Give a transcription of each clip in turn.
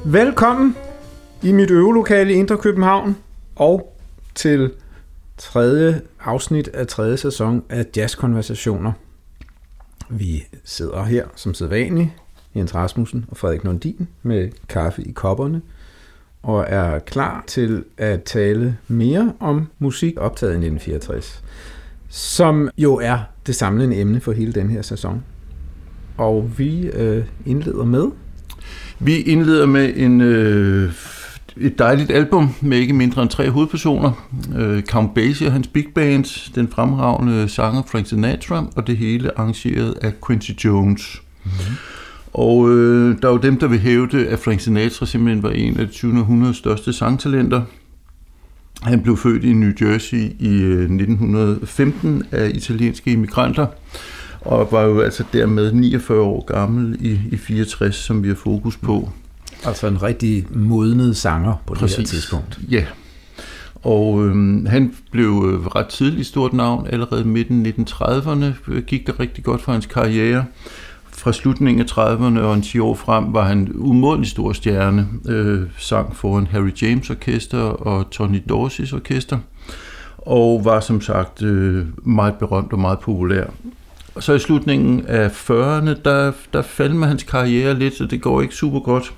Velkommen i mit øvelokale i Indre København og til tredje afsnit af tredje sæson af Jazzkonversationer. Vi sidder her som sædvanligt, Jens Rasmussen og Frederik Nordin med kaffe i kopperne og er klar til at tale mere om musik optaget i 1964, som jo er det samlende emne for hele den her sæson. Og vi indleder med... Vi indleder med et dejligt album med ikke mindre end 3 hovedpersoner. Count Basie og hans big band, den fremragende sanger Frank Sinatra, og det hele arrangeret af Quincy Jones. Mm-hmm. Og der er jo dem, der vil hævde, at Frank Sinatra simpelthen var en af det 20. århundredes største sangtalenter. Han blev født i New Jersey i 1915 af italienske immigranter, og var jo altså dermed 49 år gammel i 64, som vi har fokus på. Altså en rigtig modnet sanger på det her tidspunkt. Ja, og han blev ret tidligt stort navn. Allerede midten 1930'erne gik det rigtig godt for hans karriere. Fra slutningen af 30'erne og en 10 år frem var han umådelig stor stjerne. Sang foran Harry James Orkester og Tony Dorsey's orkester, og var som sagt meget berømt og meget populær. Og så i slutningen af 40'erne, der faldt med hans karriere lidt, så det går ikke super godt.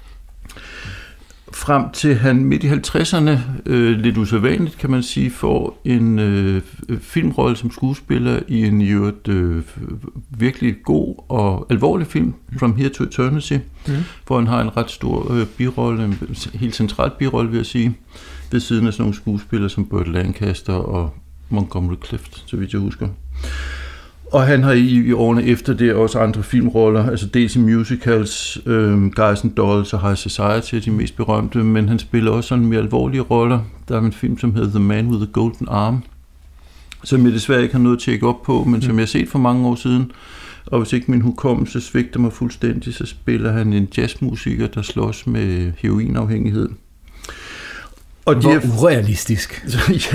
Frem til han midt i 50'erne, lidt usædvanligt kan man sige, får en filmrolle som skuespiller i en virkelig god og alvorlig film, From Here to Eternity, hvor han har en ret stor birolle, en helt central birolle vil jeg sige, ved siden af sådan nogle skuespillere som Burt Lancaster og Montgomery Clift, så vidt jeg husker. Og han har i årene efter det også andre filmroller, altså dels i musicals, Guys and Dolls og High Society er de mest berømte, men han spiller også sådan mere alvorlige roller. Der er en film, som hedder The Man with the Golden Arm, som jeg desværre ikke har noget at tjekke op på, men som jeg har set for mange år siden. Og hvis ikke min hukommelse svigter mig fuldstændig, så spiller han en jazzmusiker, der slås med heroinafhængighed. Og hvor urealistisk.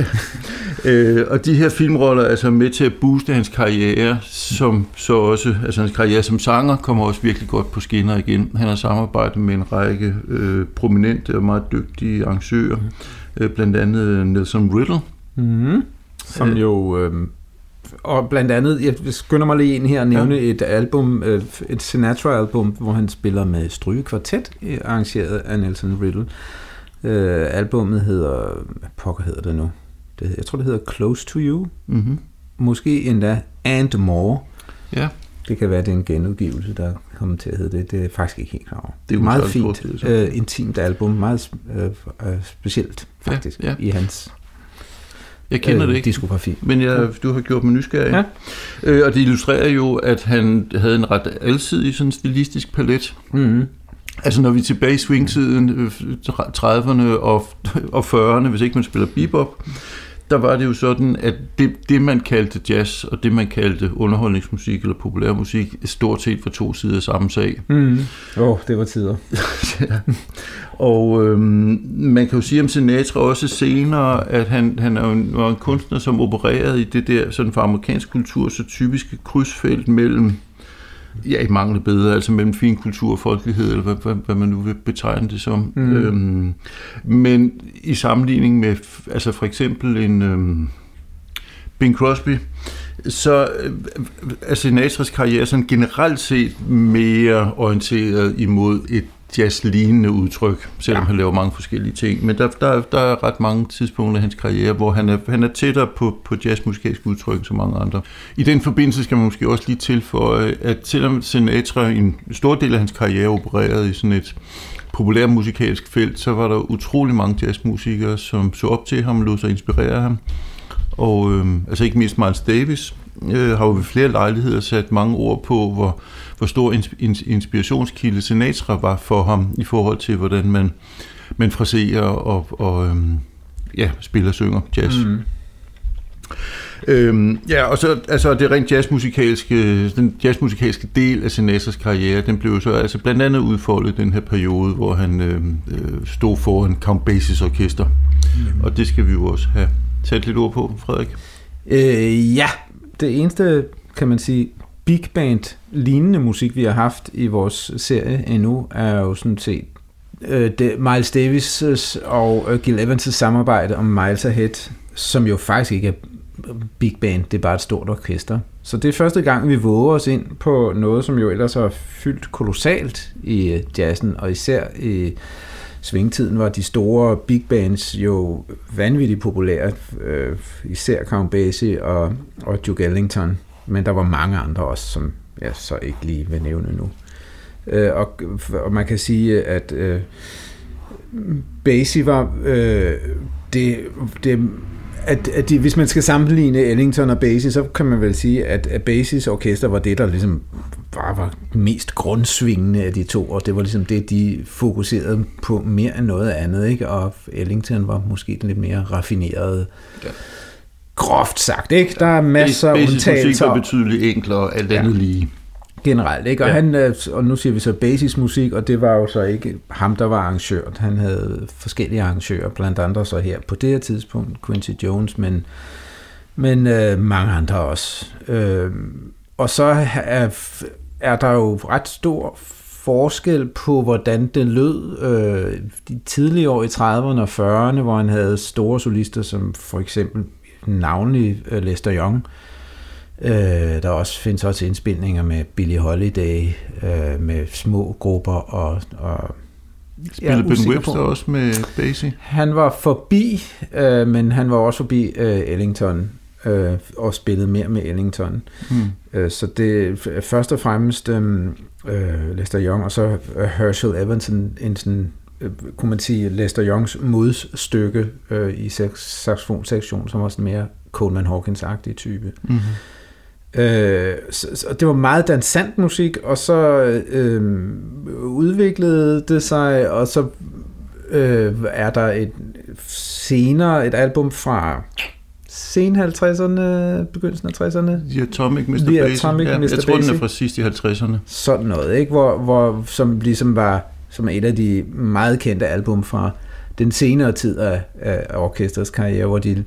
Ja. Og de her filmroller er altså med til at booste hans karriere, som så også, altså hans karriere som sanger, kommer også virkelig godt på skinner igen. Han har samarbejdet med en række prominente og meget dygtige arrangører, blandt andet Nelson Riddle. Mm-hmm. Som jo... og blandt andet, jeg skynder mig lige ind her og nævne et album, et Sinatra-album, hvor han spiller med strygekvartet, arrangeret af Nelson Riddle. Albummet hedder, hvad pokker hedder det nu? Jeg tror, det hedder Close to You. Mm-hmm. Måske endda And More. Ja. Det kan være, det er en genudgivelse, der kommer til at hedde det. Det er faktisk ikke helt klar over. Det er meget fint, intimt album. Meget specielt, faktisk, i hans jeg kender det ikke, diskografi. Men du har gjort mig nysgerrig. Ja. Og det illustrerer jo, at han havde en ret alsidig sådan stilistisk palet. Mm-hmm. Altså når vi er tilbage i swingtiden, 30'erne og 40'erne, hvis ikke man spiller bebop, der var det jo sådan, at det man kaldte jazz, og det man kaldte underholdningsmusik eller populærmusik, stort set var 2 sider af samme sag. Det var tider. Ja. Og man kan jo sige om Sinatra også senere, at han var en kunstner, som opererede i det der sådan for amerikansk kultur så typiske krydsfelt mellem, ja, i mangel bedre, altså mellem fin kultur og folkelighed, eller hvad man nu vil betegne det som. Men i sammenligning med, altså for eksempel en Bing Crosby, så er Sinatras karriere sådan generelt set mere orienteret imod et jazz-lignende udtryk, selvom han laver mange forskellige ting. Men der er ret mange tidspunkter i hans karriere, hvor han er tættere på jazzmusikalsk udtryk som mange andre. I den forbindelse skal man måske også lige tilføje, at selvom Sinatra i en stor del af hans karriere opererede i sådan et populært musikalsk felt, så var der utrolig mange jazzmusikere, som så op til ham og lod sig inspirere af ham. Og altså ikke mindst Miles Davis har jo ved flere lejligheder sat mange ord på, hvor stor inspirationskilde Sinatra var for ham i forhold til, hvordan man fraserer og spiller og synger jazz. Og så altså det rent den jazzmusikalske del af Sinatras karriere, den blev så altså blandt andet udfoldet i den her periode, hvor han stod foran Count Basies orkester. Og det skal vi jo også have sat lidt ord på, Frederik. Det eneste, kan man sige, big band lignende musik, vi har haft i vores serie endnu, er jo sådan set Miles Davis og Gil Evans' samarbejde om Miles Ahead, som jo faktisk ikke er big band, det er bare et stort orkester. Så det er første gang, vi våger os ind på noget, som jo ellers har fyldt kolossalt i jazzen, og især i svingtiden var de store big bands jo vanvittigt populære, især Count Basie og Duke Ellington, men der var mange andre også, som jeg så ikke lige vil nævne nu. Og man kan sige, at Basie var hvis man skal sammenligne Ellington og Basie, så kan man vel sige, at Basies orkester var det, der ligesom bare var mest grundsvingende af de to, og det var ligesom det, de fokuserede på mere end noget andet, ikke? Og Ellington var måske lidt mere raffineret, groft sagt, ikke? Der er masser af undtagelser. Basies musik var betydeligt enklere, alt andet lige. Generelt, ikke? Og og nu siger vi så Basies musik, og det var jo så ikke ham, der var arrangør. Han havde forskellige arrangører, blandt andre så her på det her tidspunkt, Quincy Jones, men mange andre også. Og så er der jo ret stor forskel på, hvordan det lød de tidlige år i 30'erne og 40'erne, hvor han havde store solister, som for eksempel navnlig Lester Young. Der også findes også indspilninger med Billie Holiday, med små grupper og spillede Ben Webster også med Basie? Han var forbi, men han var også forbi Ellington og spillede mere med Ellington. Så det først og fremmest Lester Young og så Herschel Evans, en sådan, kunne man sige, Lester Youngs modstykke i saxofonsektion, som var sådan mere Coleman Hawkins-agtig type. Så det var meget dansant musik, og så udviklede det sig, og så er der senere et album fra sen 50'erne, begyndelsen af 60'erne. The Atomic Mr. Basie. Jeg tror, den er fra sidst i 50'erne. Sådan noget, ikke? Hvor som ligesom var som et af de meget kendte album fra den senere tid af orkestrets karriere, hvor de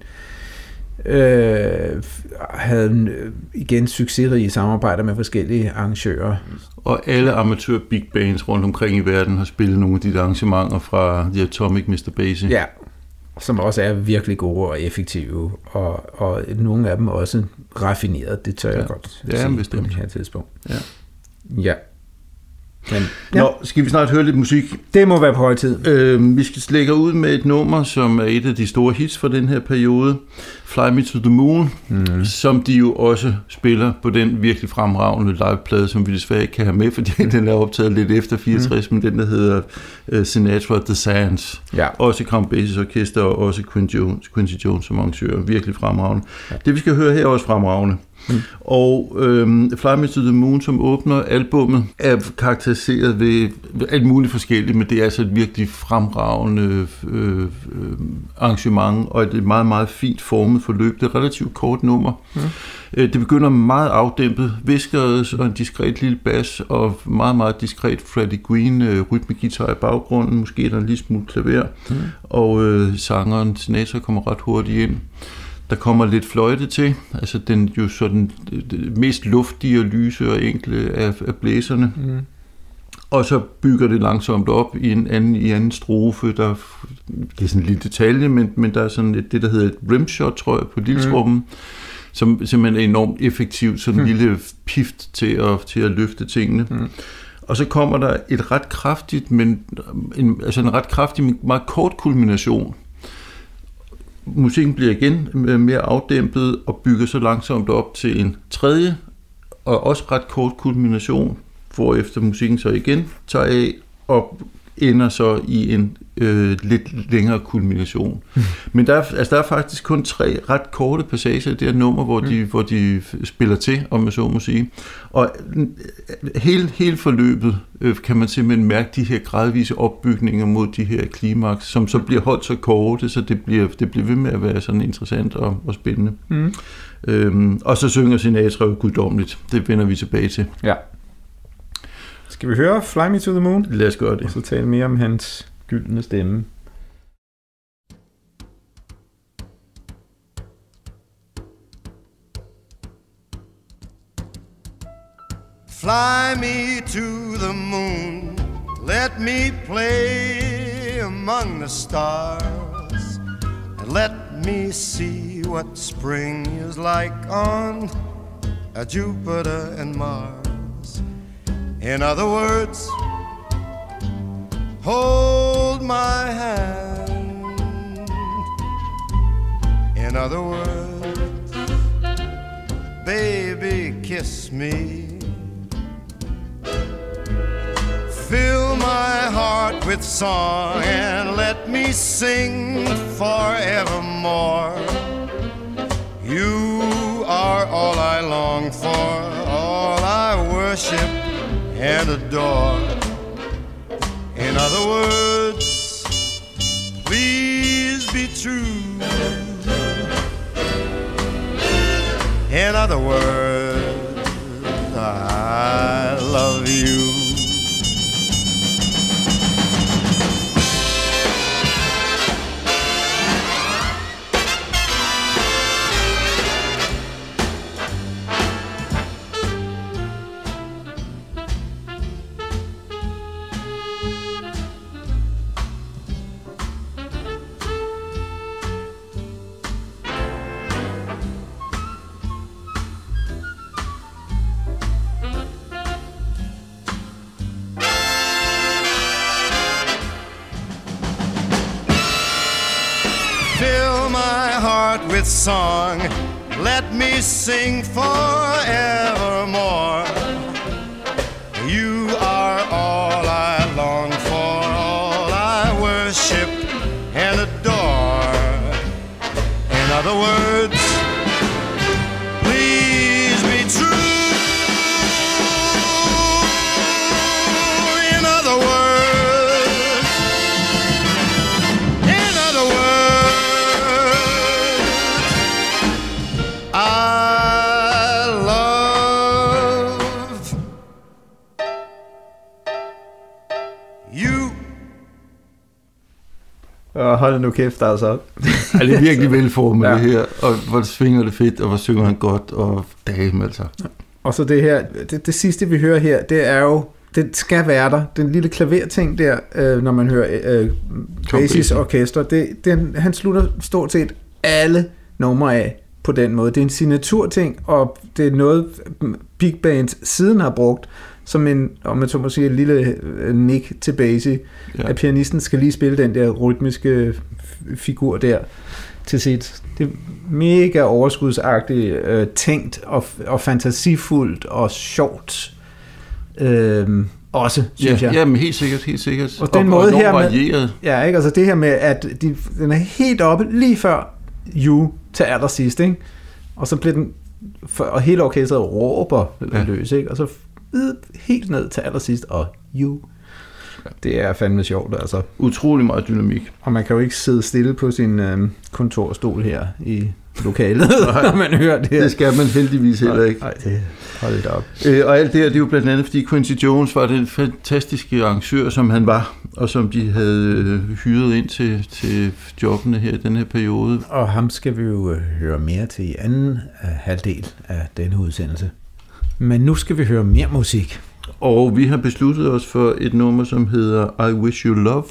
havde igen succesrige samarbejder med forskellige arrangører. Og alle amatør big bands rundt omkring i verden har spillet nogle af de arrangementer fra The Atomic Mr. Basie. Ja, som også er virkelig gode og effektive, og nogle af dem også raffineret, det tør jeg godt sige på det her tidspunkt. Ja. Men, Nå, skal vi snart høre lidt musik? Det må være på høj tid. Vi skal lægge ud med et nummer, som er et af de store hits fra den her periode, Fly Me to the Moon, som de jo også spiller på den virkelig fremragende liveplade, som vi desværre ikke kan have med, fordi den er optaget lidt efter 64, men den der hedder Sinatra The Sands. Ja. Også Count Basies orkester, og også Quincy Jones som arrangør. Virkelig fremragende. Ja. Det vi skal høre her er også fremragende. Og Fly Me to the Moon, som åbner albummet, er karakteriseret ved alt muligt forskelligt, men det er altså et virkelig fremragende arrangement, og et meget, meget fint formet forløb. Det er et relativt kort nummer. Det begynder meget afdæmpet, viskeret og en diskret lille bas, og meget, meget diskret Freddie Green rytmegitar i baggrunden, måske er der en lille smule klaver, og sangeren Sinatra kommer ret hurtigt ind. Der kommer lidt fløjte til, altså den jo sådan mest luftige og lyse og enkle af blæserne. Og så bygger det langsomt op i en anden strofe. Det er sådan en lille detalje, men der er sådan det, der hedder et rimshot, tror jeg, på lilletrummen, som simpelthen er enormt effektivt, sådan en lille pift til at løfte tingene. Og så kommer der et ret kraftigt, men en ret kraftig, men meget kort kulmination. Musikken bliver igen mere afdæmpet og bygger så langsomt op til en tredje og også ret kort kulmination, hvorefter musikken så igen tager af og ender så i en lidt længere kulmination. Men der er faktisk kun 3 ret korte passager i det her nummer, hvor de spiller til, om man så må sige. Og hele forløbet kan man simpelthen mærke de her gradvise opbygninger mod de her klimaks, som så bliver holdt så korte, så det bliver ved med at være sådan interessant og spændende. Og så synger Sinatra jo guddommeligt. Det vender vi tilbage til. Ja. Skal vi høre Fly Me to the Moon? Lad os gøre det. Og så tale mere om hans gyldne stemme. Fly me to the moon, Let me play among the stars, and let me see what spring is like on Jupiter and Mars. In other words, hold my hand. In other words, baby, kiss me. Fill my heart with song and let me sing forevermore. You are all I long for, all I worship and adore. In other words, please be true. In other words, I love you. With song, let me sing forevermore. You are all I long for, all I worship and adore. In other words, please be true. In other words, in other words, I love you. Hold nu kæft, altså. Det er virkelig velformet, ja. Det her, og hvor svinger det fedt, og hvor synger han godt, og dame altså. Og så det her, det sidste vi hører her, det er jo, det skal være der, den lille klaverting der, når man hører Basie's orkester, han slutter stort set alle numre af på den måde. Det er en signaturting, og det er noget big bands siden har brugt, som en, om man så må sige, en lille nick til Basie, ja. At pianisten skal lige spille den der rytmiske figur der til sit. Det er mega overskudsagtigt, tænkt og fantasifuldt og sjovt. Også, synes jeg. Ja, men helt sikkert. Og den måde her med, ja, ikke? Altså det her med, at den er helt oppe lige før You til allersidst, ikke? Og så bliver den, og hele orkestret råber løs, ikke? Og så helt ned til allersidst, og You. Det er fandme sjovt, altså. Utrolig meget dynamik. Og man kan jo ikke sidde stille på sin kontorstol her i lokalet, når man hører det her. Det skal man heldigvis heller ikke. Nej, det holder det op. Og alt det her, det er jo blandt andet, fordi Quincy Jones var den fantastiske arrangør, som han var, og som de havde hyret ind til jobbene her i den her periode. Og ham skal vi jo høre mere til i anden halvdel af denne udsendelse. Men nu skal vi høre mere musik. Og vi har besluttet os for et nummer, som hedder I Wish You Love,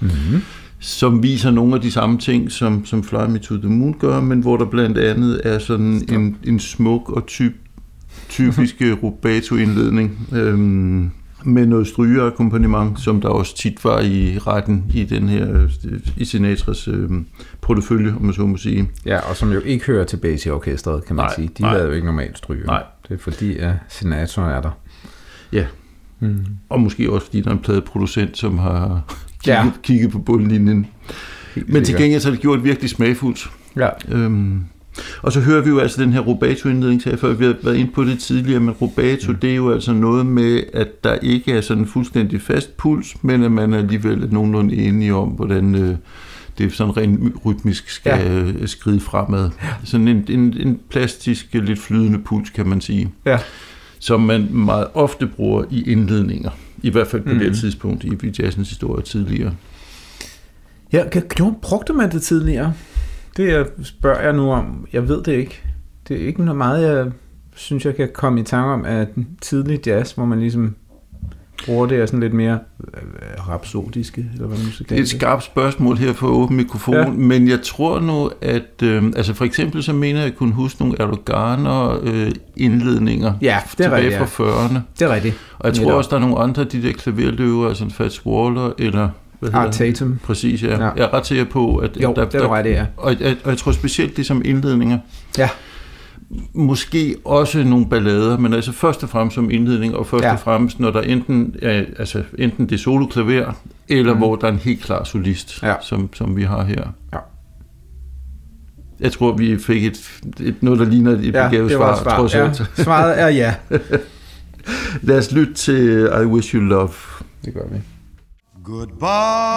som viser nogle af de samme ting, som Fly Me to the Moon gør, men hvor der blandt andet er sådan en smuk og typisk rubato-indledning med noget strygeakkompagnement, som der også tit var i retten i den her, i Sinatras portefølje, om man så må sige. Ja, og som jo ikke hører til Basie-orkestret, kan man sige. De havde jo ikke normalt stryger. Nej. Det er fordi, at Sinatra er der. Ja, og måske også fordi der er en pladeproducent, som har kigget på bundlinjen. Men til gengæld så har det gjort virkelig smagfuldt. Ja. Og så hører vi jo altså den her rubato-indledning, før vi har været inde på det tidligere, men rubato, det er jo altså noget med, at der ikke er sådan en fuldstændig fast puls, men at man alligevel er nogenlunde enige om, hvordan det sådan rent rytmisk skal skride fremad. Sådan en plastisk, lidt flydende puls, kan man sige. Ja. Som man meget ofte bruger i indledninger. I hvert fald på det tidspunkt i jazzens historie tidligere. Ja, brugte man det tidligere? Det spørger jeg nu om. Jeg ved det ikke. Det er ikke noget meget, jeg synes, jeg kan komme i tanke om, at tidlig jazz, hvor man ligesom bruger det er sådan lidt mere rapsodiske, eller hvad man skal kalde det. Det er et skarpt spørgsmål her for åben mikrofon, men jeg tror nu, at altså for eksempel så mener jeg, at kunne huske nogle Erdoganer indledninger tilbage fra 40'erne. Det er rigtigt. Og jeg tror også, der er nogle andre, de der klaverløver, altså Fats Waller, eller Art Tatum. Præcis, ja. Jeg er ret sikker på, at jo, det er ret, ja. Og jeg tror specielt det som indledninger. Ja. Måske også nogle ballader, men altså først og fremmest som indledning, og først og fremmest, når der enten det er soloklaver, eller hvor der er en helt klar solist, som vi har her. Ja. Jeg tror, vi fik noget, der ligner et begavet svar, trods alt. Ja. Svaret er ja. Lad os lytte til I Wish You Love. Det gør vi. Goodbye.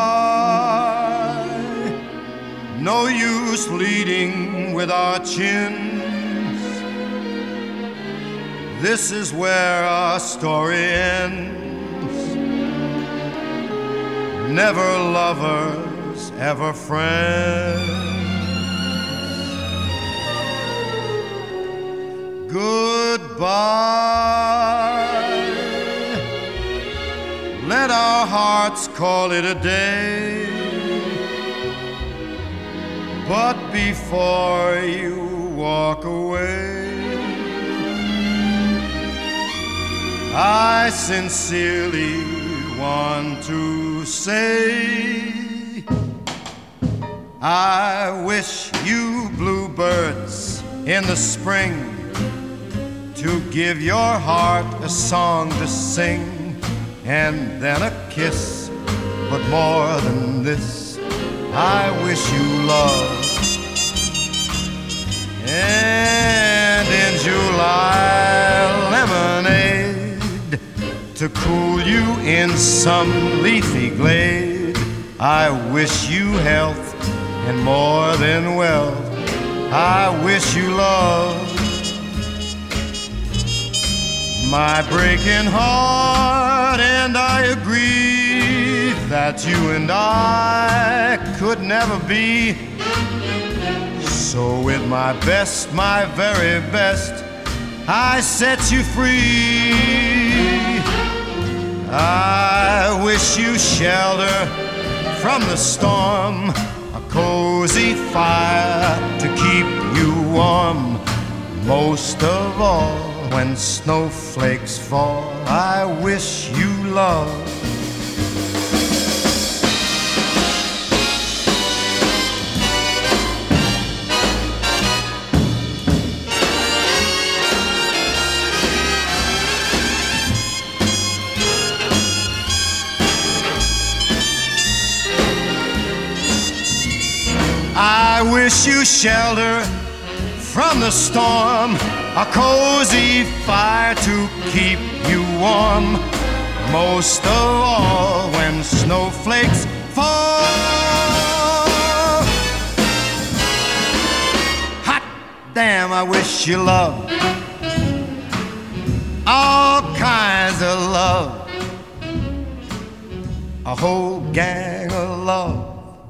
No use leading with our chins. This is where our story ends. Never lovers, ever friends. Goodbye. Let our hearts call it a day. But before you walk away, I sincerely want to say, I wish you bluebirds in the spring to give your heart a song to sing, and then a kiss, but more than this, I wish you love. And in July, lemonade to cool you in some leafy glade. I wish you health and more than wealth. I wish you love. My breaking heart, and I agree that you and I could never be. So with my best, my very best, I set you free. I wish you shelter from the storm, a cozy fire to keep you warm. Most of all, when snowflakes fall, I wish you love. I wish you shelter from the storm, a cozy fire to keep you warm. Most of all, when snowflakes fall. Hot damn, I wish you love. All kinds of love. A whole gang of love.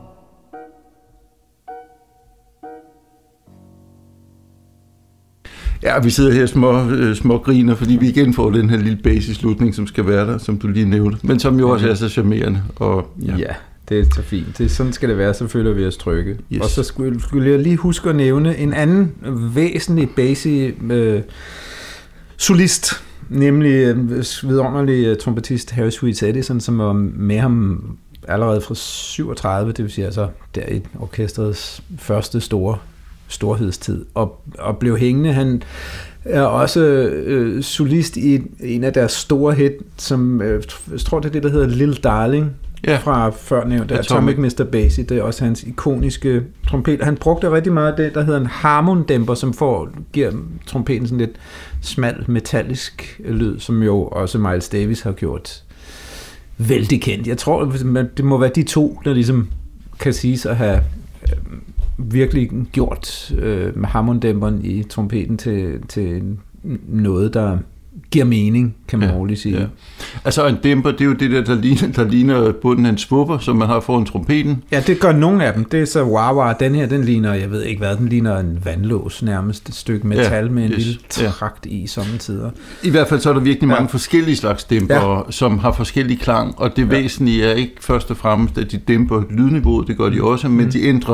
Ja, vi sidder her små griner, fordi vi igen får den her lille basis-slutning, som skal være der, som du lige nævnte, men som jo også er så charmerende. Og, ja, det er så fint. Sådan skal det være, så føler vi os trygge. Yes. Og så skulle jeg lige huske at nævne en anden væsentlig basis solist, nemlig vidunderlig trompetist Harry Sweets Edison, som var med ham allerede fra 37, det vil sige altså der i orkestrets første storhedstid, og blev hængende. Han er også solist i en af deres store hit, som jeg tror, det er det, der hedder Little Darling, fra førnævnte Atomic Mr. Basie. Det er også hans ikoniske trompet. Han brugte rigtig meget af det, der hedder en harmondæmper, som giver trompeten sådan lidt smal, metallisk lyd, som jo også Miles Davis har gjort vældig kendt. Jeg tror, det må være de to, der ligesom kan siges at have virkelig gjort med harmondæmperen i trompeten til noget, giver mening, kan man roligt sige. Ja. Altså en dæmper, det er jo det der ligner bunden af en svupper, som man har foran trompeten. Ja, det gør nogle af dem. Det er så wah-wah. Den her, den ligner, jeg ved ikke hvad, den ligner en vandlås nærmest. Et stykke metal med en lille trakt i sommetider. I hvert fald så er der virkelig mange forskellige slags dæmper, som har forskellige klang, og det væsentlige er ikke først og fremmest, at de dæmper lydniveauet, det gør de også, men de ændrer.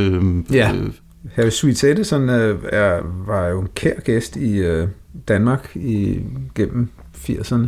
Harry Sweet Edison var jo en kær gæst i Danmark gennem 80'erne.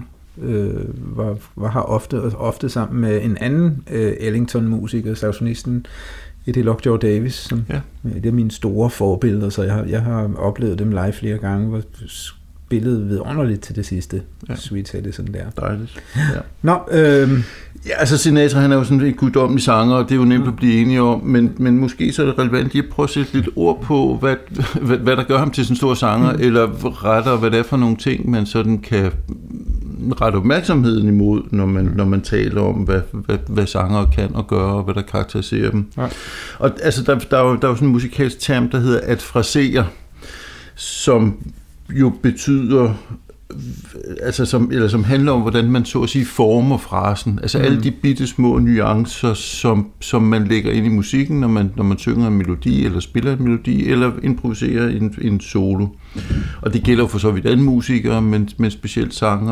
Var her ofte sammen med en anden Ellington-musiker, saxofonisten Eddie Lockjaw Davis, som det er mine store forbilleder, så jeg har oplevet dem live flere gange, hvor spillede vidunderligt til det sidste. Sweet Edison der. Dejligt. Ja. Nå, altså Sinatra, han er jo sådan en guddommelig sanger, og det er jo nemt at blive enige om, men måske så er det relevant lige at prøve at sætte lidt ord på, hvad der gør ham til sådan en stor sanger, eller retter, hvad det er for nogle ting, man sådan kan rette opmærksomheden imod, når man taler om, hvad sanger kan og gøre, og hvad der karakteriserer dem. Ja. Og altså, der er jo sådan en musikalsk term, der hedder at frasere, som jo betyder, altså som handler om, hvordan man så at sige former frasen. Altså alle de bitte små nuancer, som man lægger ind i musikken, når man synger en melodi, eller spiller en melodi, eller improviserer en solo. Og det gælder jo for så vidt alle musikere, men specielt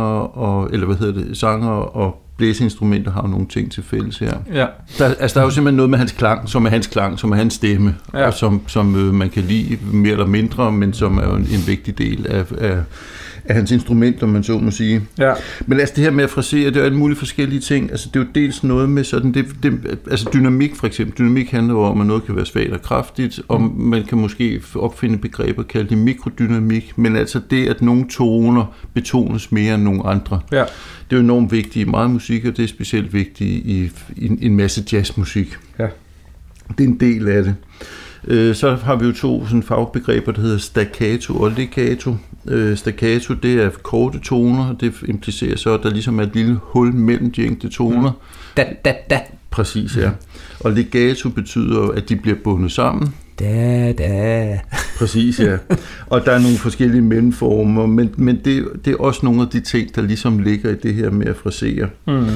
sanger og blæseinstrumenter har jo nogle ting til fælles her. Ja. Der er jo simpelthen noget med hans klang, som er hans stemme, og som man kan lide mere eller mindre, men som er jo en vigtig del af hans instrument, om man så må sige. Ja. Men altså det her med at frasere, det er alle mulige forskellige ting. Altså det er jo dels noget med sådan, altså dynamik for eksempel. Dynamik handler jo om, at noget kan være svagt og kraftigt, og man kan måske opfinde begreber, kalde det mikrodynamik, men altså det, at nogle toner betones mere end nogle andre. Ja. Det er jo enormt vigtigt i meget musik, og det er specielt vigtigt i en masse jazzmusik. Ja. Det er en del af det. Så har vi jo to sådan fagbegreber, der hedder staccato og legato. Staccato, det er korte toner, og det implicerer så, at der ligesom er et lille hul mellem de enkelte toner. Da. Præcis, ja. Og legato betyder, at de bliver bundet sammen. Da. Præcis, ja. Og der er nogle forskellige mellemformer, men det er også nogle af de ting, der ligesom ligger i det her med at frasere.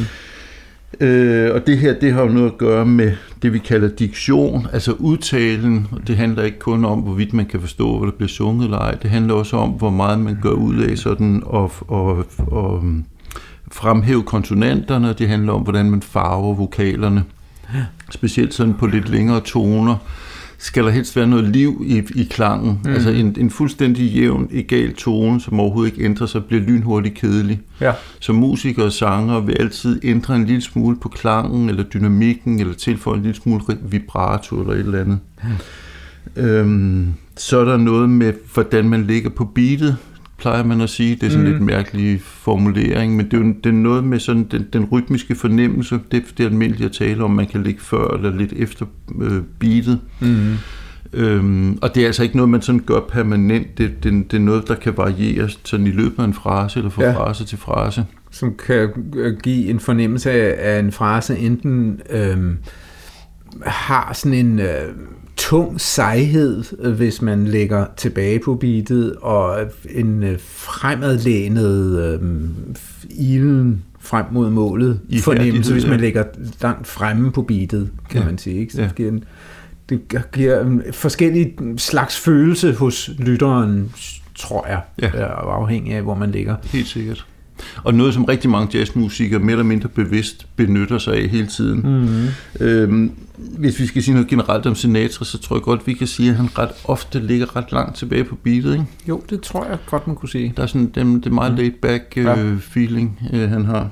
Og det her, det har jo noget at gøre med det, vi kalder diktion, altså udtalen. Det handler ikke kun om, hvorvidt man kan forstå, hvad der bliver sunget eller ej. Det handler også om, hvor meget man gør ud af sådan og fremhæve konsonanterne. Det handler om, hvordan man farver vokalerne. Specielt sådan på lidt længere toner skal der helst være noget liv i klangen. Altså en fuldstændig jævn, egal tone, som overhovedet ikke ændrer sig, bliver lynhurtigt kedelig. Ja. Så musikere og sangere vil altid ændre en lille smule på klangen, eller dynamikken, eller tilføje en lille smule vibrato, eller et eller andet. Så er der noget med, hvordan man ligger på beatet, plejer man at sige. Det er sådan lidt mærkelig formulering, men det er noget med sådan den rytmiske fornemmelse. Det er almindeligt at tale om, man kan ligge før eller lidt efter beatet. Og det er altså ikke noget, man sådan gør permanent. Det er noget, der kan variere sådan i løbet af en frase, eller fra frase til frase. Som kan give en fornemmelse af en frase, enten har sådan en tung sejhed, hvis man lægger tilbage på beatet, og en fremadlænet ilen frem mod målet fornemmelse, hvis man lægger langt fremme på beatet, kan man sige. Ikke? Så det giver en forskellig slags følelse hos lytteren, tror jeg, afhængig af, hvor man ligger. Helt sikkert. Og noget, som rigtig mange jazzmusikere mere eller mindre bevidst benytter sig af hele tiden. Hvis vi skal sige noget generelt om Sinatra, så tror jeg godt, vi kan sige, at han ret ofte ligger ret langt tilbage på beatet, ikke? Jo, det tror jeg godt, man kunne sige. Der er sådan det meget laid-back feeling, han har.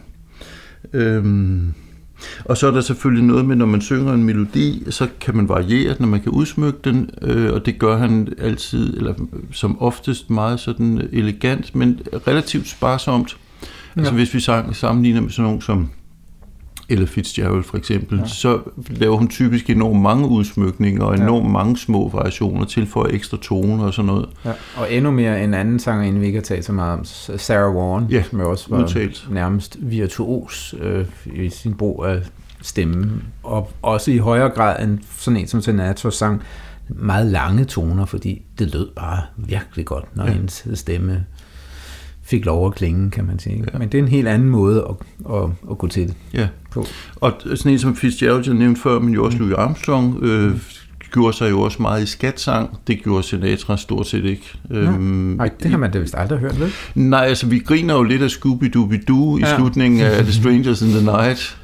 Og så er der selvfølgelig noget med, når man synger en melodi, så kan man variere den, og man kan udsmykke den, og det gør han altid, eller som oftest meget sådan elegant, men relativt sparsomt. Altså hvis vi sammenligner med sådan nogen som Ella Fitzgerald for eksempel, så laver hun typisk enormt mange udsmykninger og enormt mange små variationer, tilføjer ekstra toner og sådan noget. Ja. Og endnu mere en anden sanger, vi kan tale så meget om, Sarah Vaughan, som jo også var nærmest virtuos i sin brug af stemmen, og også i højere grad end sådan en som Sinatra sang meget lange toner, fordi det lød bare virkelig godt, når hendes stemme fik lov at klinge, kan man sige. Ja. Men det er en helt anden måde at gå til det på. Og sådan en som Fitzgerald, jeg nævnte før, men jo også Louis Armstrong, gjorde sig jo også meget i skatsang. Det gjorde Sinatra stort set ikke. Nej, det har man da vist aldrig hørt, vel? Nej, altså vi griner jo lidt af Scooby-Dooby-Doo i slutningen af The Strangers in the Night.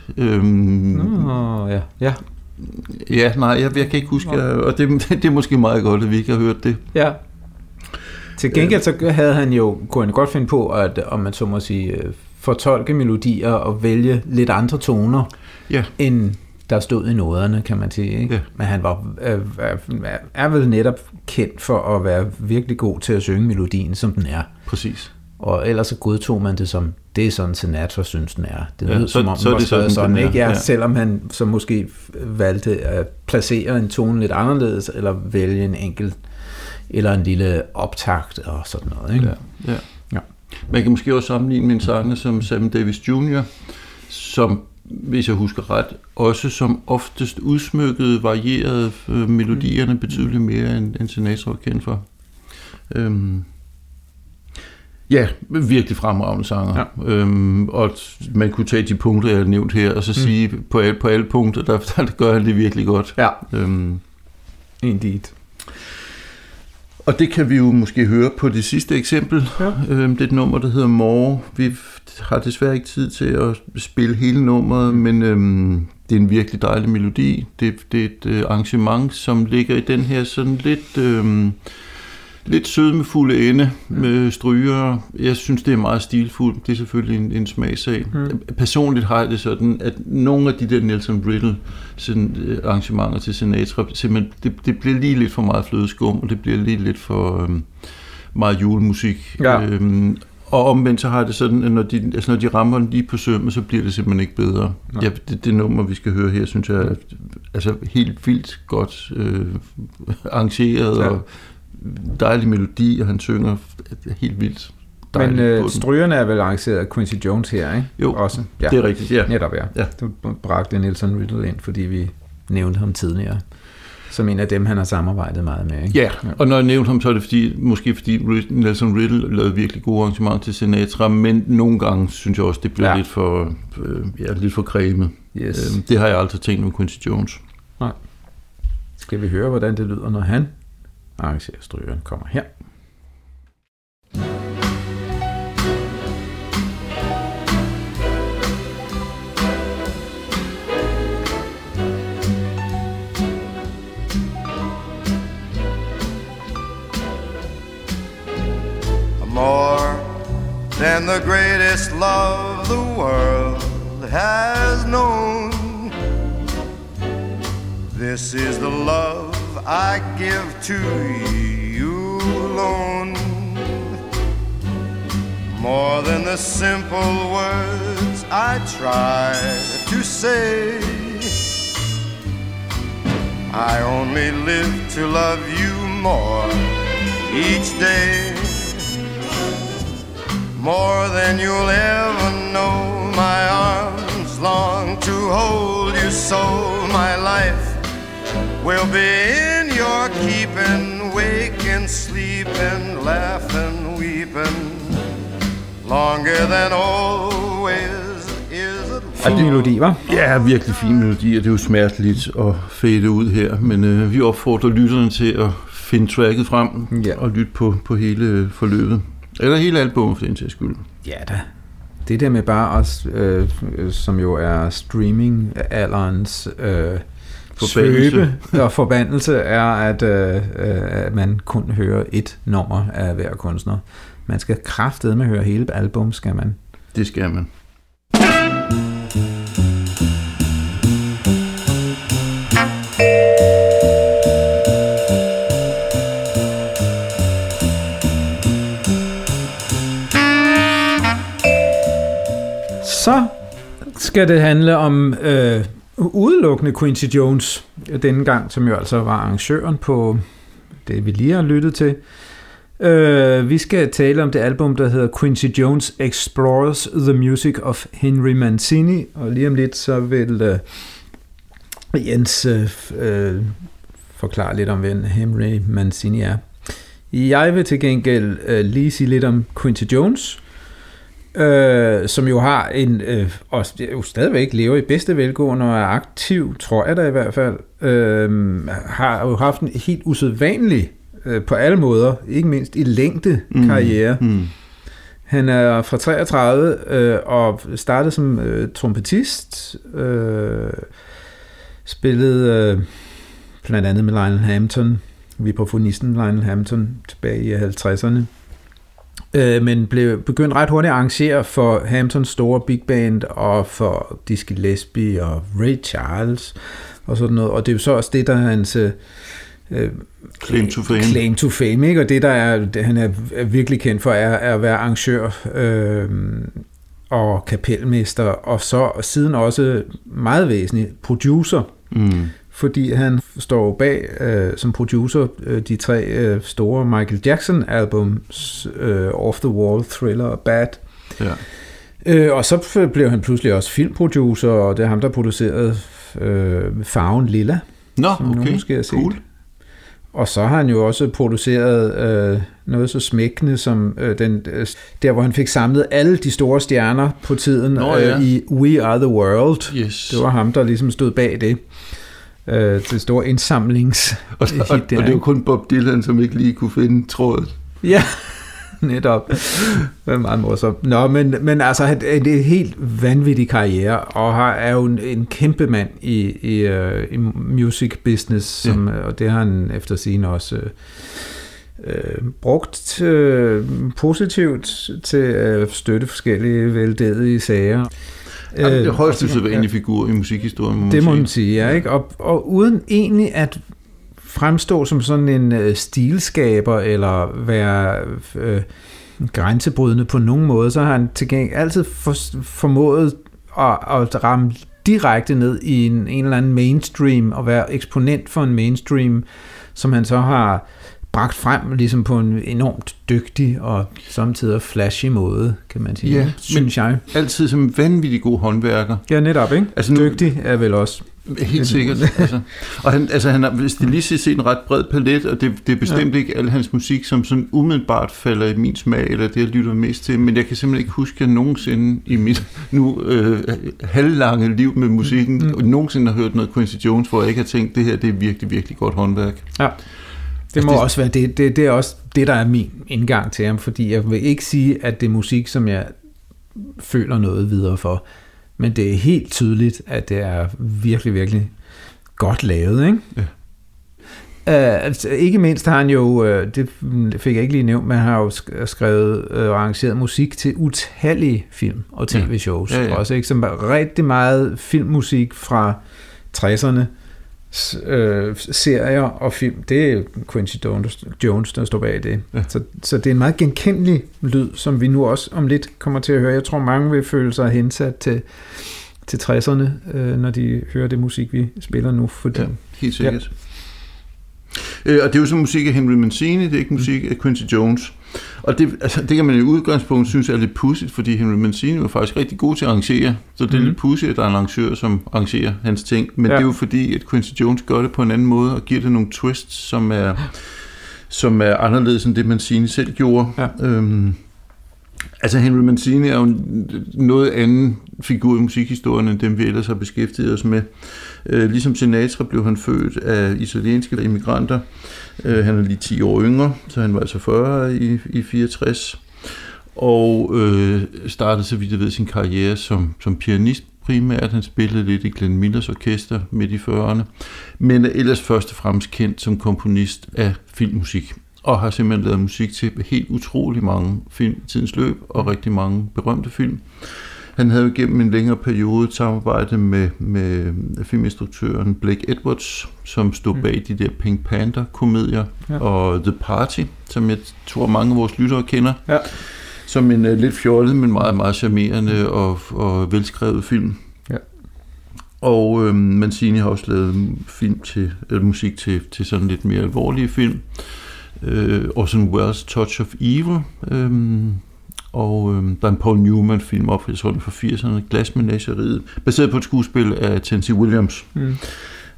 Ja, nej, jeg kan ikke huske, og det er måske meget godt, at vi ikke har hørt det. Ja. Til gengæld så havde han jo, kunne han godt finde på, at om man så må sige, fortolke melodier og vælge lidt andre toner, end der stod i noderne, kan man sige. Ikke? Ja. Men han er vel netop kendt for at være virkelig god til at synge melodien, som den er. Præcis. Og ellers så godtog man det som, det er sådan Sinatra synes den er. Det lyder som om så den var sådan, ikke? Ja, selvom han så måske valgte at placere en tone lidt anderledes, eller vælge en enkelt, eller en lille optakt og sådan noget. Ikke? Ja. Man kan måske også sammenligne med en sanger som Sammy Davis Jr., som, hvis jeg husker ret, også som oftest udsmykkede, varierede melodierne betydeligt mere, end Sinatra var kendt for. Ja, virkelig fremragende sanger. Ja. Og man kunne tage de punkter, jeg har nævnt her, og så sige, på alle punkter, der gør han det virkelig godt. Ja, indeed. Og det kan vi jo måske høre på det sidste eksempel. Ja. Det er et nummer, der hedder More. Vi har desværre ikke tid til at spille hele nummeret, men det er en virkelig dejlig melodi. Det er et arrangement, som ligger i den her sådan lidt sødmefulde ende med stryger. Jeg synes, det er meget stilfuldt. Det er selvfølgelig en smagsag. Personligt har jeg det sådan, at nogle af de der Nelson Riddle arrangementer til Sinatra, simpelthen, det bliver lige lidt for meget flødeskum, og det bliver lige lidt for meget julemusik. Ja. Og omvendt så har det sådan, at når de rammer den lige på sømmet, så bliver det simpelthen ikke bedre. Ja, det nummer, vi skal høre her, synes jeg er altså helt vildt godt arrangeret, og dejlig melodi, og han synger helt vildt dejligt. Men strygerne er vel arrangeret af Quincy Jones her, ikke? Jo, også. Ja. Det er rigtigt, ja. Netop, ja. Du bragte Nelson Riddle ind, fordi vi nævnte ham tidligere, som en af dem, han har samarbejdet meget med, ikke? Ja, og når jeg nævnte ham, så er det måske fordi Nelson Riddle lavede virkelig gode arrangementer til Sinatra, men nogle gange synes jeg også, det blev lidt for cremet. Yes. Det har jeg aldrig tænkt med Quincy Jones. Nej. Skal vi høre, hvordan det lyder, når han arrangerer strygeren, kommer her. More than the greatest love the world has known. This is the love I give to you alone. More than the simple words I try to say. I only live to love you more each day. More than you'll ever know. My arms long to hold you so. My life will be in your keeping, waking, sleeping, laughing, weeping, longer than always is it. Fin melodi, hva'? Ja, virkelig fin melodi, og det er jo smerteligt at fade ud her, men vi opfordrer lytterne til at finde tracket frem og lytte på hele forløbet. Eller hele albumet, for den til skyld. Ja da. Det der med bare os, som jo er streaming-alderens svøbe og forbandelse, er, at man kun hører et nummer af hver kunstner. Man skal kraftedeme høre hele album, skal man. Det skal man. Så skal det handle om udelukkende Quincy Jones, denne gang, som jo altså var arrangøren på det, vi lige har lyttet til. Vi skal tale om det album, der hedder Quincy Jones Explores the Music of Henry Mancini, og lige om lidt så vil Jens forklare lidt om, hvem Henry Mancini er. Jeg vil til gengæld lige sige lidt om Quincy Jones, som jo har og jo stadigvæk lever i bedste velgående og er aktiv, tror jeg da i hvert fald, har jo haft en helt usædvanlig, på alle måder, ikke mindst i længde, karriere. Han er fra 33 og startede som trompetist, spillede blandt andet med Lionel Hampton, vibrafonisten Lionel Hampton, tilbage i 50'erne. Men blev begyndt ret hurtigt at arrangere for Hamptons store big band og for Dizzy Gillespie og Ray Charles og sådan noget. Og det er jo så også det, der er hans claim to fame, ikke? Og det, han er virkelig kendt for, er at være arrangør og kapelmester, og så siden også meget væsentligt producer. Fordi han står bag som producer de 3 store Michael Jackson albums, Off the Wall, Thriller og Bad. Ja. Og så blev han pludselig også filmproducer, og det er ham, der producerede Farven Lilla, som nogen måske har set. Cool. Og så har han jo også produceret noget så smækkende som der, hvor han fik samlet alle de store stjerner på tiden i We Are the World. Yes. Det var ham, der ligesom stod bag det. Til store indsamlings. Og det er jo kun Bob Dylan, som ikke lige kunne finde trådet. Ja, netop. Det er meget morsomt. Nå, men altså, det er en helt vanvittig karriere, og er jo en kæmpe mand i music business, og det har han efter sigende også brugt positivt til at støtte forskellige veldedige sager. Det er højst usædvanlig figur i musikhistorien. Det må man sige, ja, ikke? Og uden egentlig at fremstå som sådan en stilskaber eller være grænsebrydende på nogen måde, så har han til gengæld altid formået at ramme direkte ned i en eller anden mainstream og være eksponent for en mainstream, som han så har bragt frem ligesom på en enormt dygtig og samtidig flashy måde, kan man sige. Ja, synes jeg. Altid som en vanvittig god håndværker. Ja, netop, ikke? Altså, dygtig er vel også. Helt sikkert. Og han har stilistisk set en ret bred palet, og det er bestemt ikke al hans musik, som sådan umiddelbart falder i min smag, eller det, jeg lytter mest til, men jeg kan simpelthen ikke huske, at jeg nogensinde i mit nu halvlange liv med musikken, nogensinde har hørt noget Quincy Jones, hvor jeg ikke har tænkt, det her, det er virkelig, virkelig godt håndværk. Ja. Det må også være det er også det, der er min indgang til ham, fordi jeg vil ikke sige, at det er musik, som jeg føler noget videre for, men det er helt tydeligt, at det er virkelig, virkelig godt lavet, ikke? Ja. Altså, ikke mindst har han jo, det fik jeg ikke lige nævnt, men han har jo skrevet og arrangeret musik til utallige film og tv-shows. Ja. Også, ikke? Som rigtig meget filmmusik fra 60'erne, serier og film, det er Quincy Jones, der står bag det. Ja. Så det er en meget genkendelig lyd, som vi nu også om lidt kommer til at høre. Jeg tror, mange vil føle sig hensat til 60'erne, når de hører det musik, vi spiller nu. Ja, helt sikkert. Ja. Og det er jo så musik af Henry Mancini, det er ikke musik af Quincy Jones. Og det kan man i udgangspunkt synes er lidt pudsigt, fordi Henry Mancini var faktisk rigtig god til at arrangere, så det er lidt pudsigt, at der er en arrangør, som arrangerer hans ting, men det er jo fordi, at Quincy Jones gør det på en anden måde, og giver det nogle twists, som er anderledes end det Mancini selv gjorde. Ja. Altså Henry Mancini er jo noget anden figur i musikhistorien, end dem vi ellers har beskæftiget os med. Ligesom Sinatra blev han født af italienske immigranter. Han er lige 10 år yngre, så han var altså 40 i 64. Og startede, så vidt jeg ved, sin karriere som pianist primært. Han spillede lidt i Glenn Millers orkester midt i 40'erne, men er ellers først og fremmest kendt som komponist af filmmusik. Og har simpelthen lavet musik til helt utrolig mange film i tidens løb, og rigtig mange berømte film. Han havde jo gennem en længere periode et samarbejde med filminstruktøren Blake Edwards, som stod bag de der Pink Panther-komedier, og The Party, som jeg tror mange af vores lyttere kender, som en lidt fjollet, men meget, meget charmerende og velskrevet film. Ja. Og Mancini har også lavet musik til sådan lidt mere alvorlige film. Orson Welles' Touch of Evil, og der er en Paul Newman-film op fra 80'erne, Glasmenageriet, baseret på et skuespil af Tennessee Williams.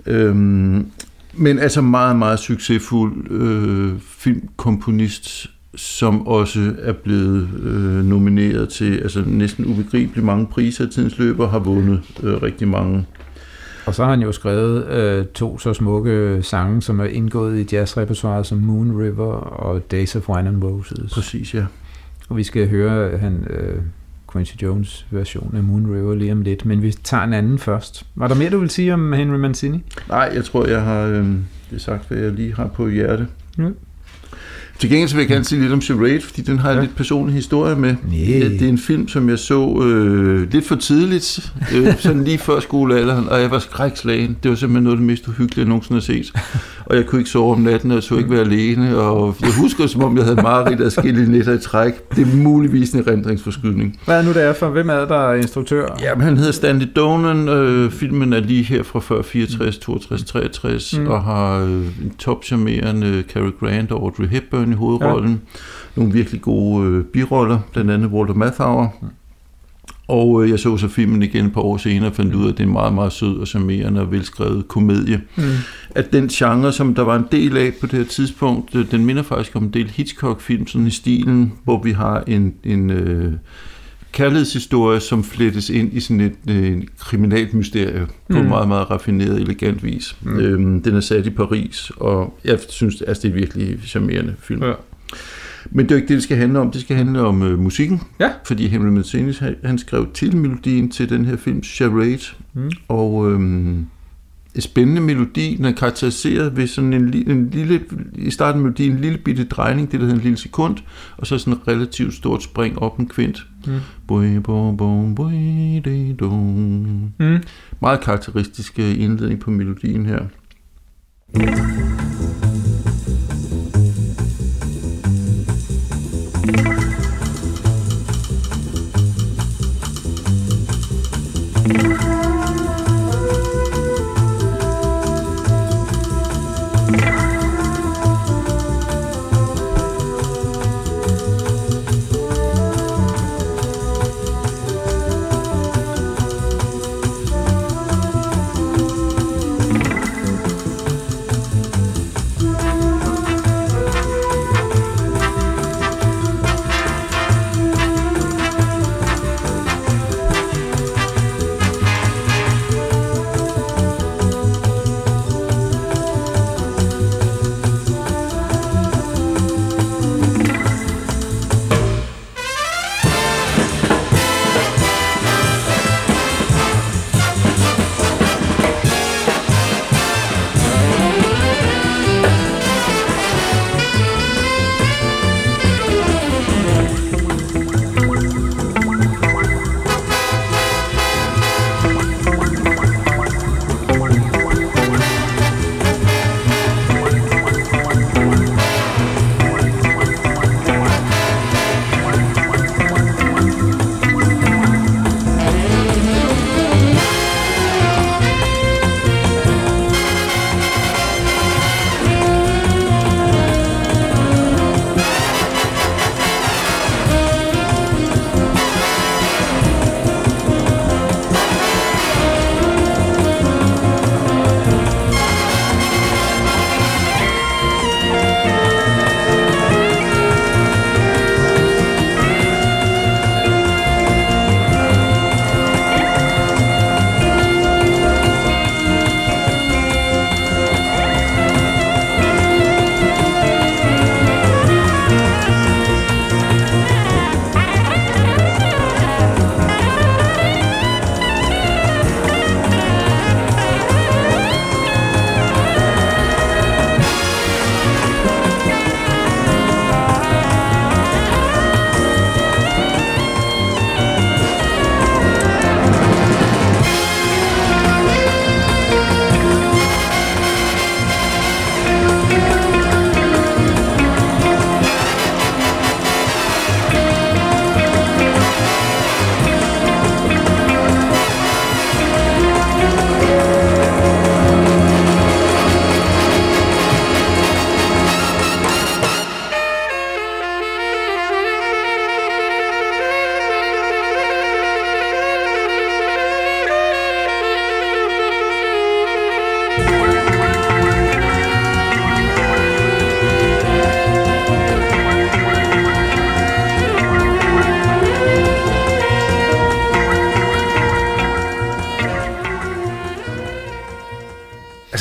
Men altså meget, meget succesfuld filmkomponist, som også er blevet nomineret til altså næsten ubegribeligt mange priser i tidens løb, og har vundet rigtig mange. Og så har han jo skrevet 2 så smukke sange, som er indgået i jazzrepertoiret, som Moon River og Days of Wine and Roses. Præcis, ja. Og vi skal høre Quincy Jones version af Moon River lige om lidt, men vi tager en anden først. Var der mere, du vil sige om Henry Mancini? Nej, jeg tror, jeg har det sagt, hvad jeg lige har på hjerte. Til gengæld så vil jeg gerne sige lidt om Charade, fordi den har en lidt personlig historie med. Det er en film, som jeg så lidt for tidligt, sådan lige før skolealderen, og jeg var skrækslagen. Det var simpelthen noget af det mest uhyggelige, jeg nogensinde har set. Og jeg kunne ikke sove om natten, og jeg tog ikke være alene, og jeg husker, som om jeg havde mareridt af skille nætter i træk. Det er muligvis en erindringsforskydning. Hvad er nu det for? Hvem er det, der er instruktør? Ja, han hedder Stanley Donen. Filmen er lige her fra før 64, 62, 63, og har en topcharmerende Cary Grant og Audrey Hepburn i hovedrollen. Ja. Nogle virkelig gode biroller, blandt andet Walter Matthau. Og jeg så filmen igen et par år senere og fandt ud af, at det er en meget, meget sød og charmerende og velskrevet komedie. At den genre, som der var en del af på det her tidspunkt, den minder faktisk om en del Hitchcock-film, sådan i stilen, hvor vi har en kærlighedshistorie, som flettes ind i sådan et kriminalt mysterie på meget, meget raffineret, elegant vis. Den er sat i Paris, og jeg synes, at det er virkelig charmerende film. Ja. Men det er jo ikke det, det skal handle om. Det skal handle om musikken, fordi Henry Mancini, han skrev titelmelodien til den her film, Charade, og en spændende melodi, den er karakteriseret ved sådan en lille, i starten af melodien, en lille bitte drejning, det der hedder en lille sekund, og så sådan et relativt stort spring op en kvint. Meget karakteristisk indledning på melodien her.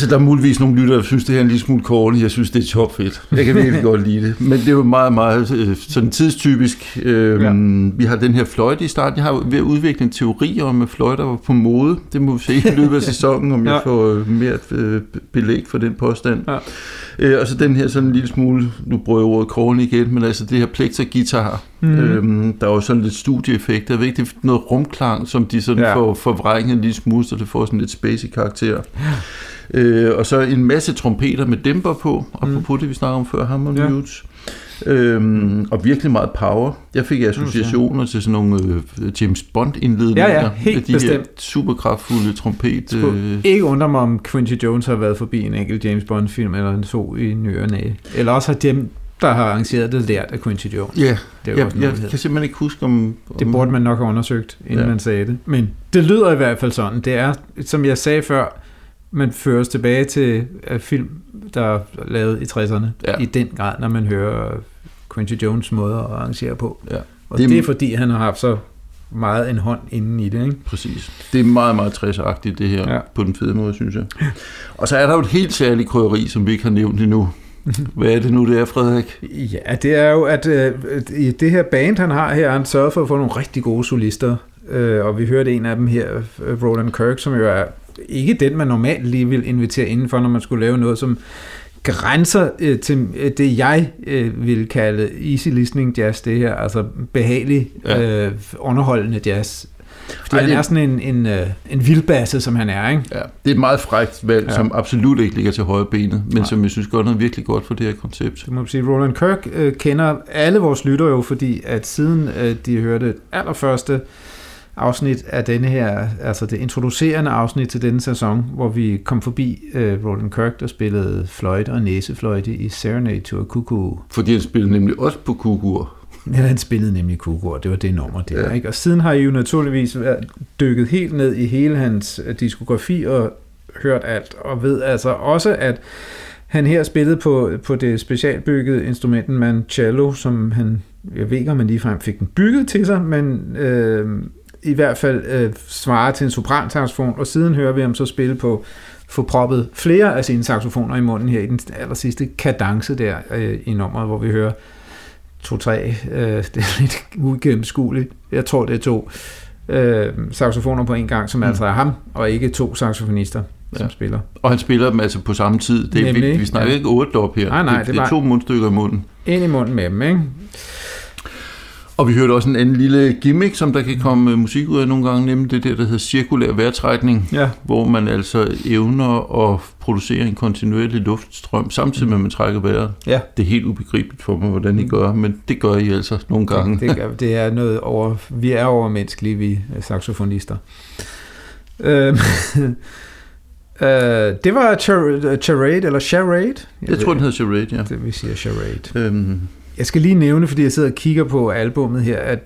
Altså, der er muligvis nogle lyttere, der synes, det her er en lille smule corny. Jeg synes, det er topfedt. Jeg kan virkelig godt lide det. Men det er jo meget, meget sådan tidstypisk. Vi har den her fløjte i starten. Jeg har ved at udvikle en teori om, at fløjter var på mode. Det må vi se i løbet af sæsonen, om jeg får mere belæg for den påstand. Ja. Og så den her sådan en lille smule, nu bruger jeg ordet corny igen, men altså det her plekter-guitar. Der er jo sådan lidt studieeffekt. Jeg ved ikke, det er noget rumklang, som de sådan får forvrænget en lille smule, så det får sådan lidt spacey karakter. Og så en masse trompeter med dæmper på, apropos det, vi snakker om før, Hammer Mutes. Og virkelig meget power. Jeg fik associationer til sådan nogle James Bond-indledninger. Helt de bestemt. Her superkraftfulde trompet. Ikke undre mig, om Quincy Jones har været forbi en enkelt James Bond-film eller en så i ny og næ. Eller også har dem, der har arrangeret det, lært af Quincy Jones. Ja, jeg kan simpelthen ikke huske om... Det burde man nok have undersøgt, inden man sagde det. Men det lyder i hvert fald sådan. Det er, som jeg sagde før, man føres tilbage til film, der er lavet i 60'erne. I den grad, når man hører Quincy Jones måde at arrangere på. Ja. Og det er fordi, han har haft så meget en hånd inden i det, ikke? Præcis. Det er meget, meget 60'er-agtigt, det her, på den fede måde, synes jeg. Og så er der jo et helt særligt krydderi, som vi ikke har nævnt endnu. Hvad er det nu, det er, Frederik? Ja, det er jo, at i det her band, han har her, han sørger for at få nogle rigtig gode solister. Og vi hørte en af dem her, Roland Kirk, som jo er ikke den, man normalt lige vil invitere indenfor, når man skulle lave noget, som grænser til det, jeg vil kalde easy listening jazz, det her, altså behagelig, underholdende jazz. Fordi han er sådan en vildbasse, som han er, ikke? Ja, det er et meget frækt valg, som absolut ikke ligger til højre benet, men som jeg synes gør noget virkelig godt for det her koncept. Det må man sige. Roland Kirk kender alle vores lyttere jo, fordi at siden de hørte allerførste afsnit af denne her, altså det introducerende afsnit til denne sæson, hvor vi kom forbi Roland Kirk, der spillede fløjte og næsefløjte i Serenade to a Cuckoo. Fordi han spillede nemlig også på kukuer. Ja, han spillede nemlig kukuer, det var det nummer der, ikke? Og siden har I jo naturligvis dykket helt ned i hele hans diskografi og hørt alt, og ved altså også, at han her spillede på det specialbyggede instrumenten Mancello, som han, jeg ved ikke, om man ligefrem fik den bygget til sig, men i hvert fald svarer til en sopransaxofon, og siden hører vi ham så spille på, få proppet flere af sine saxofoner i munden her i den aller sidste kadence der i nummeret, hvor vi hører 2-3, det er lidt uigennemskueligt. Jeg tror, det er 2 saxofoner på en gang, som altså er ham, og ikke 2 saxofonister, som spiller. Og han spiller dem altså på samme tid. Det er, vi snakker ikke 8 op her. Nej, det er 2 mundstykker i munden. Ind i munden med dem, ikke? Og vi hørte også en anden lille gimmick, som der kan komme musik ud af nogle gange, nemlig det der hedder cirkulær vejrtrækning, hvor man altså evner at producere en kontinuerlig luftstrøm, samtidig med, at man trækker vejret. Ja. Det er helt ubegribeligt for mig, hvordan I gør, men det gør I altså nogle gange. Det er noget over... Vi er overmenneskelige, vi saxofonister. Det var Charade, eller Charade? Jeg tror, den hedder Charade, ja. Det vi siger Charade. Jeg skal lige nævne, fordi jeg sidder og kigger på albummet her, at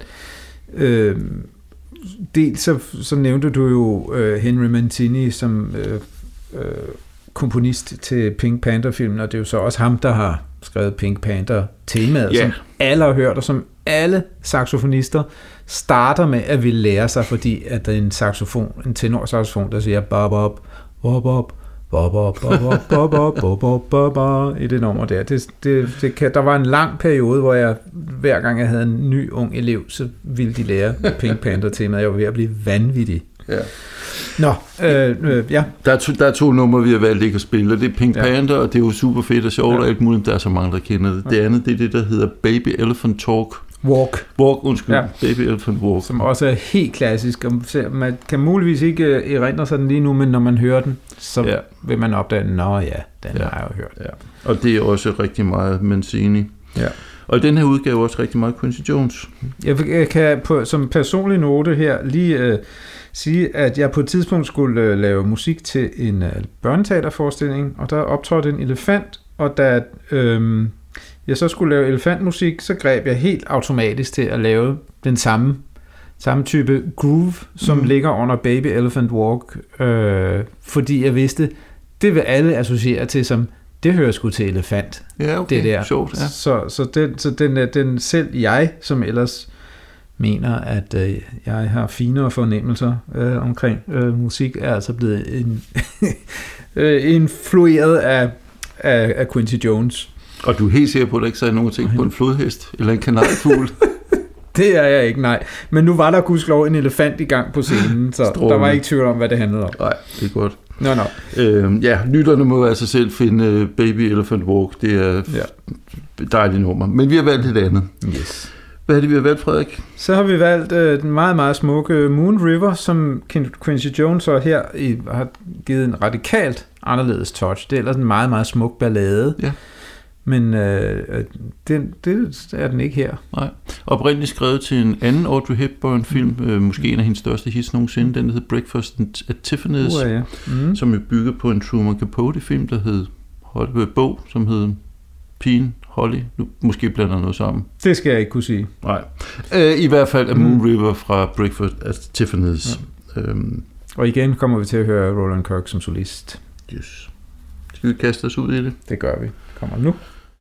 dels så nævnte du jo Henry Mancini som komponist til Pink Panther-filmen, og det er jo så også ham, der har skrevet Pink Panther-temaet, som alle har hørt, og som alle saxofonister starter med at ville lære sig, fordi at der er en tenorsaxofon, der siger bop, bop, bop, bop, i det nummer der. Der var en lang periode, hvor jeg hver gang jeg havde en ny ung elev, så ville de lære Pink Panther-temaet. Jeg var ved at blive vanvittig. Ja. Nå, ja. Der er 2 numre, vi har valgt ikke at spille. Det er Pink Panther, og det er jo super fedt og sjovt, og alt muligt. Der er så mange, der kender det. Det andet, det er det, der hedder Baby Elephant Walk, Baby Elephant Walk. Som også er helt klassisk. Man kan muligvis ikke erindre sig den lige nu, men når man hører den, så vil man opdage, den har jeg jo hørt. Ja. Og det er også rigtig meget Mancini. Ja. Og i den her udgave også rigtig meget Quincy Jones. Jeg kan som personlig note her lige sige, at jeg på et tidspunkt skulle lave musik til en børneteaterforestilling, og der optrådte en elefant, og da jeg så skulle lave elefantmusik, så greb jeg helt automatisk til at lave den samme type groove, som ligger under Baby Elephant Walk, fordi jeg vidste, det vil alle associere til som, det hører sgu til elefant. Ja, okay. Det der. Sjovt, ja. Så den selv jeg, som ellers mener, at jeg har finere fornemmelser omkring musik, er altså blevet influeret af Quincy Jones. Og du er helt sikker på, at der ikke sagde nogen ting på en flodhest eller en kanariefugl? Det er jeg ikke, nej. Men nu var der gudskelov en elefant i gang på scenen, så der var ikke tvivl om, hvad det handlede om. Nej, det er godt. Nå. Lytterne må altså selv finde Baby Elephant Walk. Det er et dejligt nummer. Men vi har valgt et andet. Yes. Hvad er det, vi har valgt, Frederik? Så har vi valgt den meget, meget smukke Moon River, som Quincy Jones så her har givet en radikalt anderledes touch. Det er ellers en meget, meget smuk ballade. Ja. Men det er den ikke her. Nej. Oprindeligt skrevet til en anden Audrey Hepburn-film, måske en af hendes største hits nogensinde. Den hedder Breakfast at Tiffany's, som er bygget på en Truman Capote-film, der hed bog, som hed Pigen Holly. Nu måske blander noget sammen. Det skal jeg ikke kunne sige. Nej. I hvert fald Moon River fra Breakfast at Tiffany's. Ja. Og igen kommer vi til at høre Roland Kirk som solist. Yes. Skal vi kaste os ud i det? Det gør vi. Kommer nu.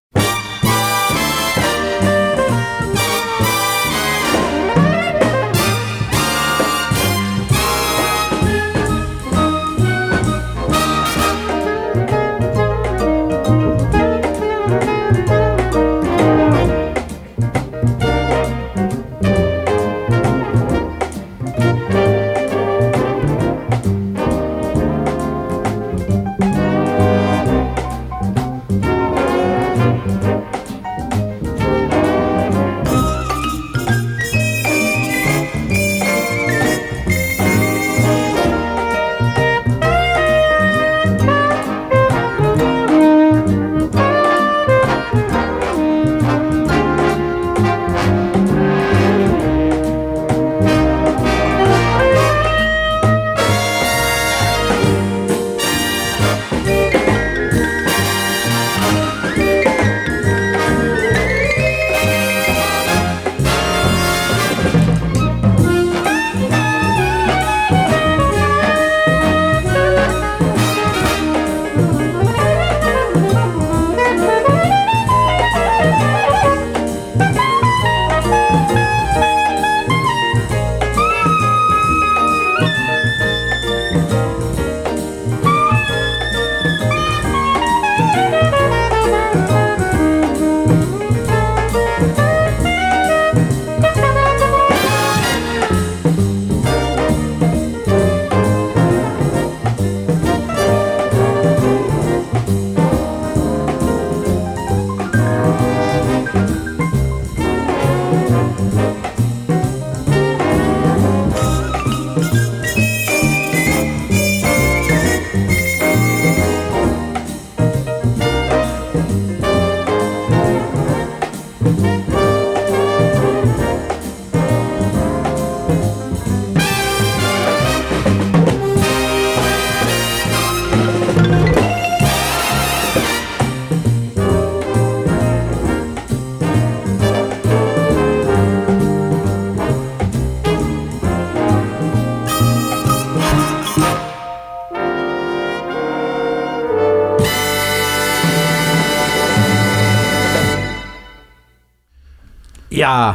Ja,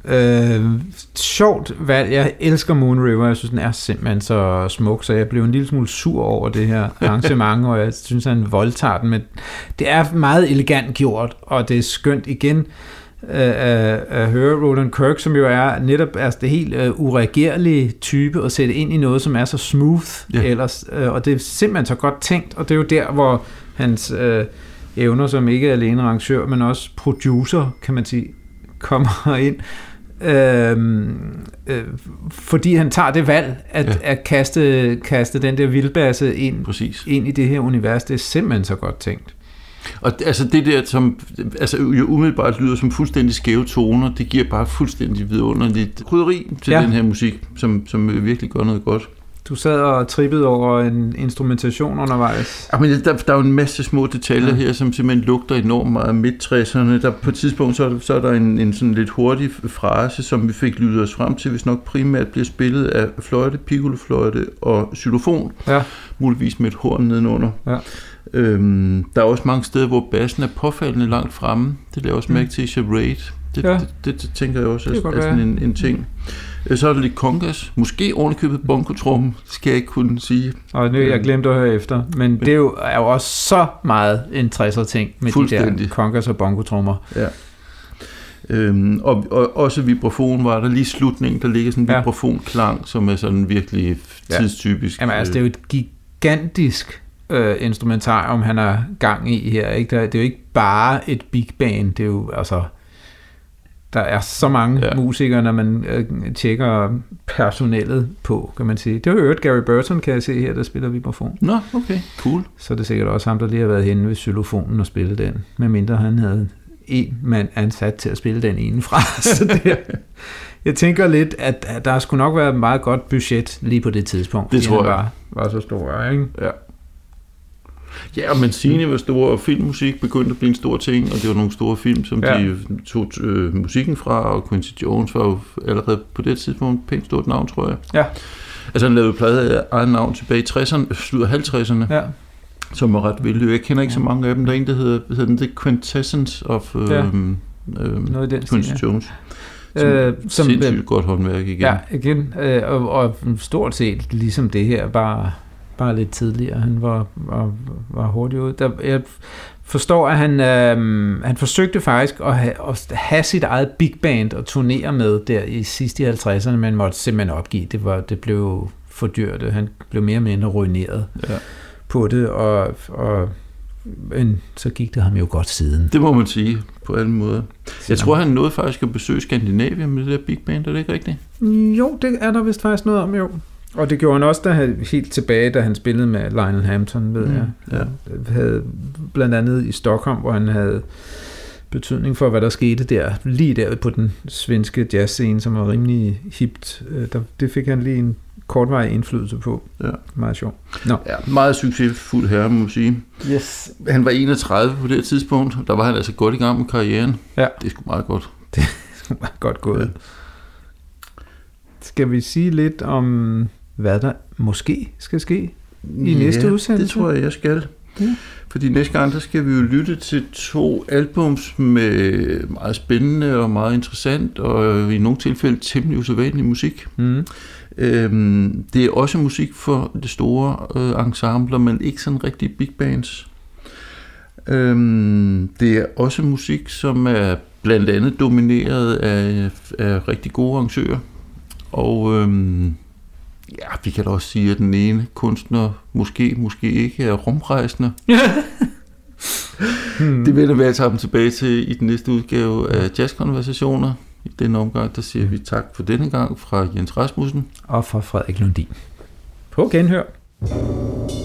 sjovt valg. Jeg elsker Moon River. Jeg synes, den er simpelthen så smuk, så jeg blev en lille smule sur over det her arrangement, og jeg synes, han voldtager den. Men det er meget elegant gjort, og det er skønt igen at høre Roland Kirk, som jo er netop det helt ureagerlige type, at sætte ind i noget, som er så smooth ellers. Og det er simpelthen så godt tænkt, og det er jo der, hvor hans evner som ikke alene arrangør, men også producer, kan man sige, kommer ind, fordi han tager det valg at kaste den der vildbasse ind i det her univers. Det er simpelthen så godt tænkt. Og altså det der, som jo umiddelbart lyder som fuldstændig skæve toner, det giver bare fuldstændig vidunderligt krydderi til den her musik, som virkelig gør noget godt. Du sad og trippede over en instrumentation undervejs. Ja, men der er jo en masse små detaljer her, som simpelthen lugter enormt meget midt-60'erne. Der på et tidspunkt, så er der en sådan lidt hurtig frase, som vi fik lyttet os frem til, hvis nok primært bliver spillet af fløjte, piccolofløjte og xylofon. Ja. Muligvis med et horn nedenunder. Ja. Der er også mange steder, hvor bassen er påfaldende langt fremme. Det laver også mærke til i Charade. Det tænker jeg også er sådan en ting. Så er der lidt congas, måske ovenikøbet bongotrum, skal jeg ikke kunne sige. Og nu jeg glemte at høre efter, men det er jo også så meget en 60'er ting med de der congas og bongotrummer. Ja. Og også vibrafon var der lige i slutningen, der ligger sådan en vibrafonklang, som er sådan virkelig tidstypisk. Jamen altså, det er jo et gigantisk instrumentarium, han har gang i her, ikke? Det er jo ikke bare et big band, det er jo altså... Der er så mange musikere, når man tjekker personellet på, kan man sige. Det var jo Gary Burton, kan jeg se her, der spiller vibrafon. Nå, okay, cool. Så er det sikkert også ham, der lige har været henne ved xylofonen og spille den, medmindre han havde en mand ansat til at spille den ene fra. Så jeg tænker lidt, at der skulle nok være et meget godt budget lige på det tidspunkt. Det tror jeg. Var så stor, ikke? Ja. Ja, men Mancini var stor, og filmmusik begyndte at blive en stor ting, og det var nogle store film, som de tog musikken fra, og Quincy Jones var jo allerede på det tidspunkt pænt stort navn, tror jeg. Ja. Altså han lavede plade af egen navn tilbage i 60'erne, slut af 50'erne, som var ret vældig. Jeg kender ikke så mange af dem. Der er en, der hedder The Quintessence of Quincy Jones. Som sindssygt godt håndværk igen. Ja, igen. Og stort set ligesom det her, bare lidt tidligere. Han var hurtigt ud. Jeg forstår, at han forsøgte faktisk at have sit eget big band og turnere med der i sidste i 50'erne, men måtte simpelthen opgive. Det blev for dyrt. Han blev mere og mindre ruineret på det, men så gik det ham jo godt siden. Det må man sige på alle måder. Jeg tror, han nåede faktisk at besøge Skandinavien med det der big band, er det ikke rigtigt? Jo, det er der vist faktisk noget om, jo. Og det gjorde han også helt tilbage, da han spillede med Lionel Hampton, ved jeg. Ja. Havde blandt andet i Stockholm, hvor han havde betydning for, hvad der skete der, lige der på den svenske jazzscene, som var rimelig hipt. Det fik han lige en kortvarig indflydelse på. Ja. Meget sjovt. Ja, meget succesfuld herre, må man sige. Yes. Han var 31 på det tidspunkt, der var han altså godt i gang med karrieren. Ja. Det er sgu meget godt. Det er sgu meget godt gået. Ja. Skal vi sige lidt om, hvad der måske skal ske i næste udsendelse? Det tror jeg skal. Ja. Fordi næste gang, der skal vi jo lytte til 2 albums med meget spændende og meget interessant, og i nogle tilfælde temmelig usædvanlig musik. Mm. Det er også musik for det store ensembler, men ikke sådan rigtig big bands. Det er også musik, som er blandt andet domineret af rigtig gode arrangører. Og vi kan da også sige, at den ene kunstner måske ikke er rumrejsende. Det vender vi at tage dem tilbage til i den næste udgave af Jazzkonversationer. I denne omgang, der siger vi tak for denne gang fra Jens Rasmussen og fra Frederik Lundin. På genhør.